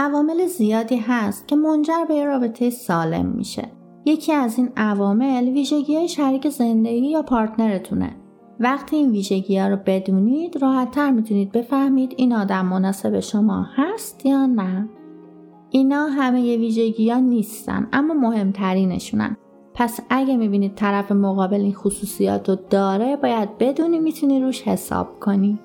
عوامل زیادی هست که منجر به رابطه سالم میشه. یکی از این عوامل ویژگی‌های شریک زندگی یا پارتنرتونه. وقتی این ویژگی‌ها رو بدونید، راحت‌تر میتونید بفهمید این آدم مناسب شما هست یا نه. اینا همه ویژگی‌ها نیستن، اما مهمترینشونن. پس اگه میبینید طرف مقابل این خصوصیات رو داره، باید بدونی میتونی روش حساب کنی.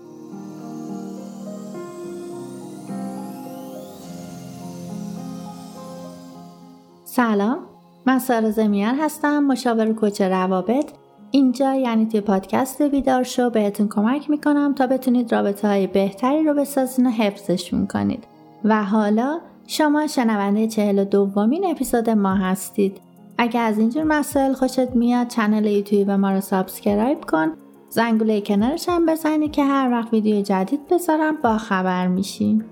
سلام، من سارا زمیان هستم، مشاور و کوچ روابط. اینجا یعنی توی پادکست بیدار شو بهتون کمک میکنم تا بتونید رابطه‌های بهتری رو بسازین و حفظشون کنید. و حالا شما شنونده 42مین اپیزود ما هستید. اگه از اینجور مسائل خوشت میاد، کانال یوتیوب ما رو سابسکرایب کن، زنگوله کنارش هم بزنی که هر وقت ویدیو جدید بذارم با خبر میشی.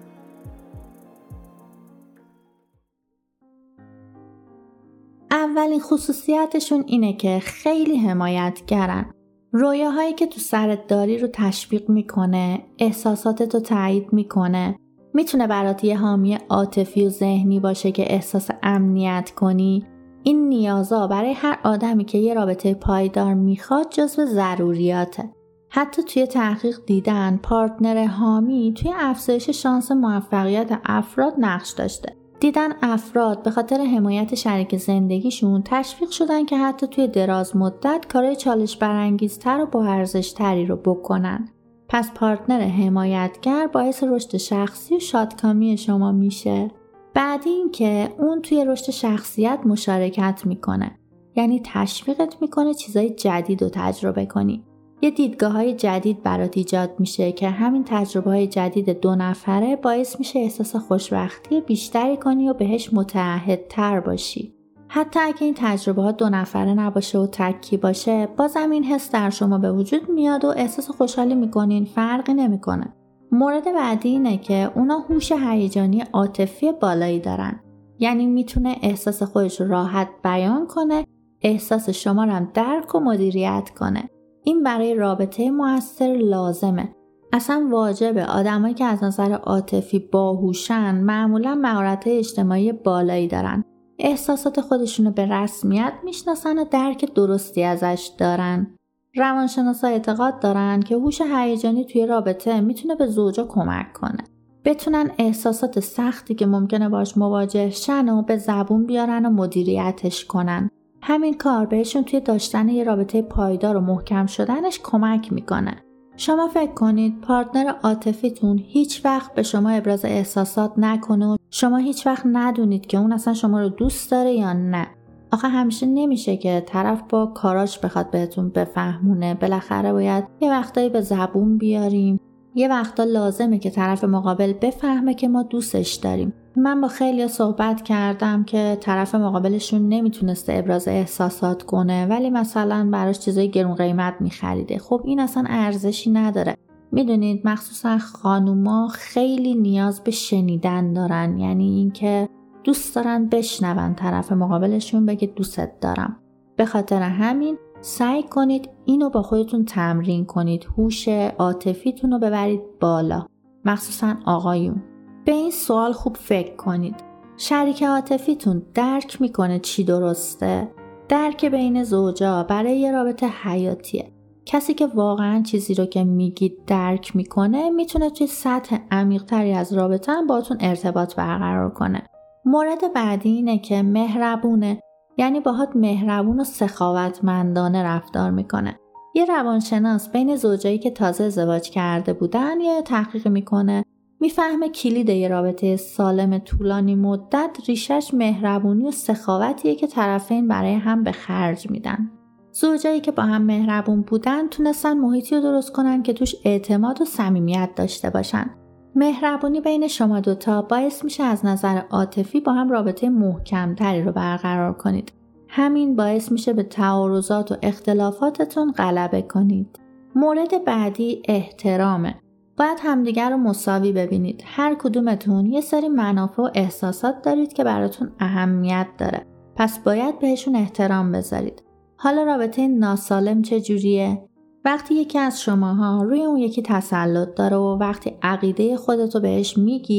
اولین خصوصیتشون اینه که خیلی حمایتگرن. رویاهایی که تو سرت داری رو تشویق میکنه، احساساتت رو تایید میکنه. میتونه برات یه حامی عاطفی و ذهنی باشه که احساس امنیت کنی. این نیازا برای هر آدمی که یه رابطه پایدار میخواد جزو ضروریاته. حتی توی تحقیق دیدن پارتنر حامی توی افزایش شانس موفقیت افراد نقش داشته. دیدن افراد به خاطر حمایت شریک زندگیشون تشویق شدن که حتی توی دراز مدت کارهای چالش برانگیزتر و با ارزش‌تری رو بکنن. پس پارتنر حمایتگر باعث رشد شخصی و شادکامی شما میشه. بعد این که اون توی رشد شخصیت مشارکت میکنه. یعنی تشویقت میکنه چیزای جدید رو تجربه کنی. یه دیدگاه‌های جدید برات ایجاد میشه که همین تجربه‌های جدید دو نفره باعث میشه احساس خوشبختی بیشتری کنی و بهش متعهدتر باشی. حتی اگه این تجربه‌ها دو نفره نباشه و تکی باشه، بازم این حس در شما به وجود میاد و احساس خوشحالی میکنین، فرقی نمیکنه. مورد بعدی اینه که اونا هوش هیجانی عاطفی بالایی دارن. یعنی میتونه احساس خودش رو راحت بیان کنه، احساس شما رو هم درک و مدیریت کنه. این برای رابطه مؤثر لازمه. اصلا واجبه. آدمایی که از نظر عاطفی باهوشن معمولا مهارت‌های اجتماعی بالایی دارن. احساسات خودشونو به رسمیت میشناسن و درک درستی ازش دارن. روانشناسا اعتقاد دارن که هوش هیجانی توی رابطه میتونه به زوجا کمک کنه. بتونن احساسات سختی که ممکنه باش مواجه شن و به زبون بیارن و مدیریتش کنن. همین کار بهشون توی داشتن یه رابطه پایدار و محکم شدنش کمک میکنه. شما فکر کنید پارتنر عاطفیتون هیچ وقت به شما ابراز احساسات نکنه و شما هیچ وقت ندونید که اون اصلا شما رو دوست داره یا نه. آخه همیشه نمیشه که طرف با کاراش بخواد بهتون بفهمونه. بالاخره باید یه وقتایی به زبون بیاریم. یه وقتا لازمه که طرف مقابل بفهمه که ما دوستش داریم. من با خیلی صحبت کردم که طرف مقابلشون نمیتونسته ابراز احساسات کنه، ولی مثلا براش چیزای گرون قیمت میخریده. خب این اصلا ارزشی نداره. میدونید مخصوصا خانوما خیلی نیاز به شنیدن دارن. یعنی اینکه دوست دارن بشنون طرف مقابلشون بگه دوستت دارم. به خاطر همین سعی کنید اینو با خودتون تمرین کنید. هوش عاطفیتون رو ببرید بالا. مخصوصا آقایون. به این سوال خوب فکر کنید. شریک عاطفیتون درک میکنه چی درسته؟ درک بین زوجا برای یه رابطه حیاتیه. کسی که واقعا چیزی رو که میگید درک میکنه میتونه توی سطح عمیق‌تری از رابطه هم باهاتون ارتباط برقرار کنه. مورد بعدی اینه که مهربونه. یعنی باهات مهربون و سخاوتمندانه رفتار میکنه. یه روانشناس بین زوجایی که تازه ازدواج کرده بودن یه تحقیق میکنه. میفهمه کلید یه رابطه سالم طولانی مدت ریشش مهربونی و سخاوتیه که طرفین برای هم به خرج میدن. زوجایی که با هم مهربون بودن تونستن محیطی رو درست کنن که توش اعتماد و صمیمیت داشته باشن. مهربونی بین شما دوتا باعث میشه از نظر عاطفی با هم رابطه محکم‌تری رو برقرار کنید. همین باعث میشه به تعارضات و اختلافاتتون غلبه کنید. مورد بعدی احترامه. باید همدیگر رو مساوی ببینید. هر کدومتون یه سری منافع و احساسات دارید که براتون اهمیت داره. پس باید بهشون احترام بذارید. حالا رابطه ناسالم چجوریه؟ وقتی یکی از شماها روی اون یکی تسلط داره و وقتی عقیده خودتو بهش میگی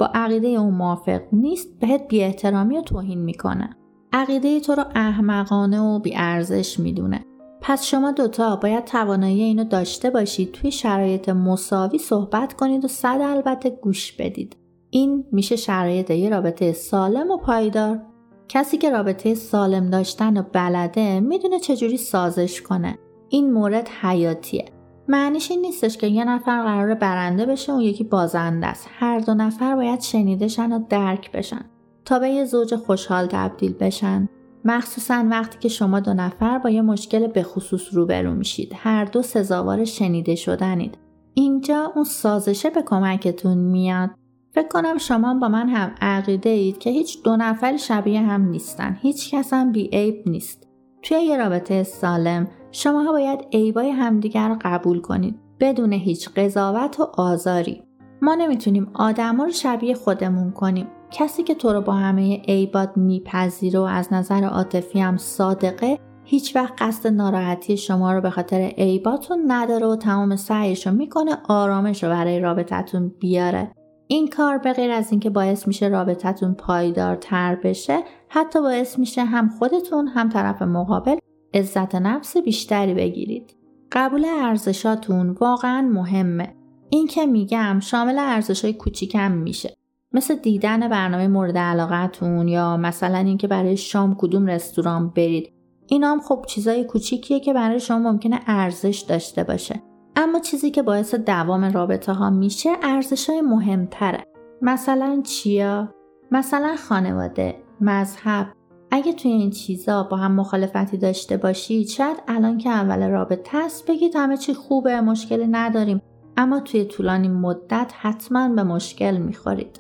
با عقیده اون موافق نیست، بهت بی‌احترامی و توهین میکنه. عقیده تو رو احمقانه و بی‌ارزش میدونه. پس شما دوتا باید توانایی اینو داشته باشید توی شرایط مساوی صحبت کنید و صد البته گوش بدید. این میشه شرایط یه رابطه سالم و پایدار. کسی که رابطه سالم داشتن و بلده میدونه چجوری سازش کنه. این مورد حیاتیه. معنیش این نیستش که یه نفر قراره برنده بشه و یکی بازنده است. هر دو نفر باید شنیده شن و درک بشن تا به یه زوج خوشحال تبدیل بشن. مخصوصا وقتی که شما دو نفر با یه مشکل به خصوص روبرو میشید. هر دو سزاوار شنیده شدنید. اینجا اون سازشه به کمکتون میاد. فکر کنم شما با من هم عقیده اید که هیچ دو نفر شبیه هم نیستن. هیچ کس هم بی عیب نیست. توی یه رابطه سالم شماها باید عیبای همدیگر رو قبول کنید بدون هیچ قضاوت و آزاری. ما نمیتونیم آدما رو شبیه خودمون کنیم. کسی که تو رو با همه عیبات میپذیره و از نظر عاطفی هم صادقه هیچ وقت قصد ناراحتی شما رو به خاطر عیباتون نداره و تمام سعیشو میکنه آرامش رو برای رابطتون بیاره. این کار به غیر از اینکه باعث میشه رابطتون پایدارتر بشه، حتی باعث میشه هم خودتون هم طرف مقابل عزت نفس بیشتری بگیرید. قبول ارزشاتون واقعا مهمه. این که میگم شامل ارزشای کوچیکم میشه. مثل دیدن برنامه مورد علاقتون یا مثلا اینکه برای شام کدوم رستوران برید. اینا هم خب چیزای کوچیکیه که برای شما ممکنه ارزش داشته باشه. اما چیزی که باعث دوام رابطه ها میشه ارزشای مهمتره. مثلا چیا؟ مثلا خانواده، مذهب. اگه توی این چیزا با هم مخالفتی داشته باشید، شاید الان که اول رابطه است بگید همه چی خوبه، مشکلی نداریم، اما توی طولانی مدت حتما به مشکل میخورید.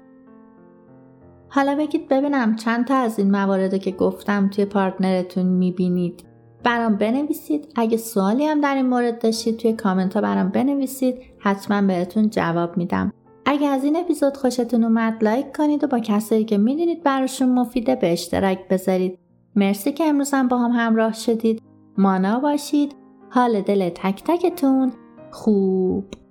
حالا بگید ببینم چند تا از این مواردو که گفتم توی پارتنرتون میبینید. برام بنویسید. اگه سوالی هم در این مورد داشتید توی کامنت ها برام بنویسید. حتما بهتون جواب میدم. اگه از این اپیزود خوشتون اومد لایک کنید و با کسایی که میدونید براشون مفیده به اشتراک بذارید. مرسی که امروز هم با هم همراه شدید. مانا باشید. حال دل تک تکتون خوب.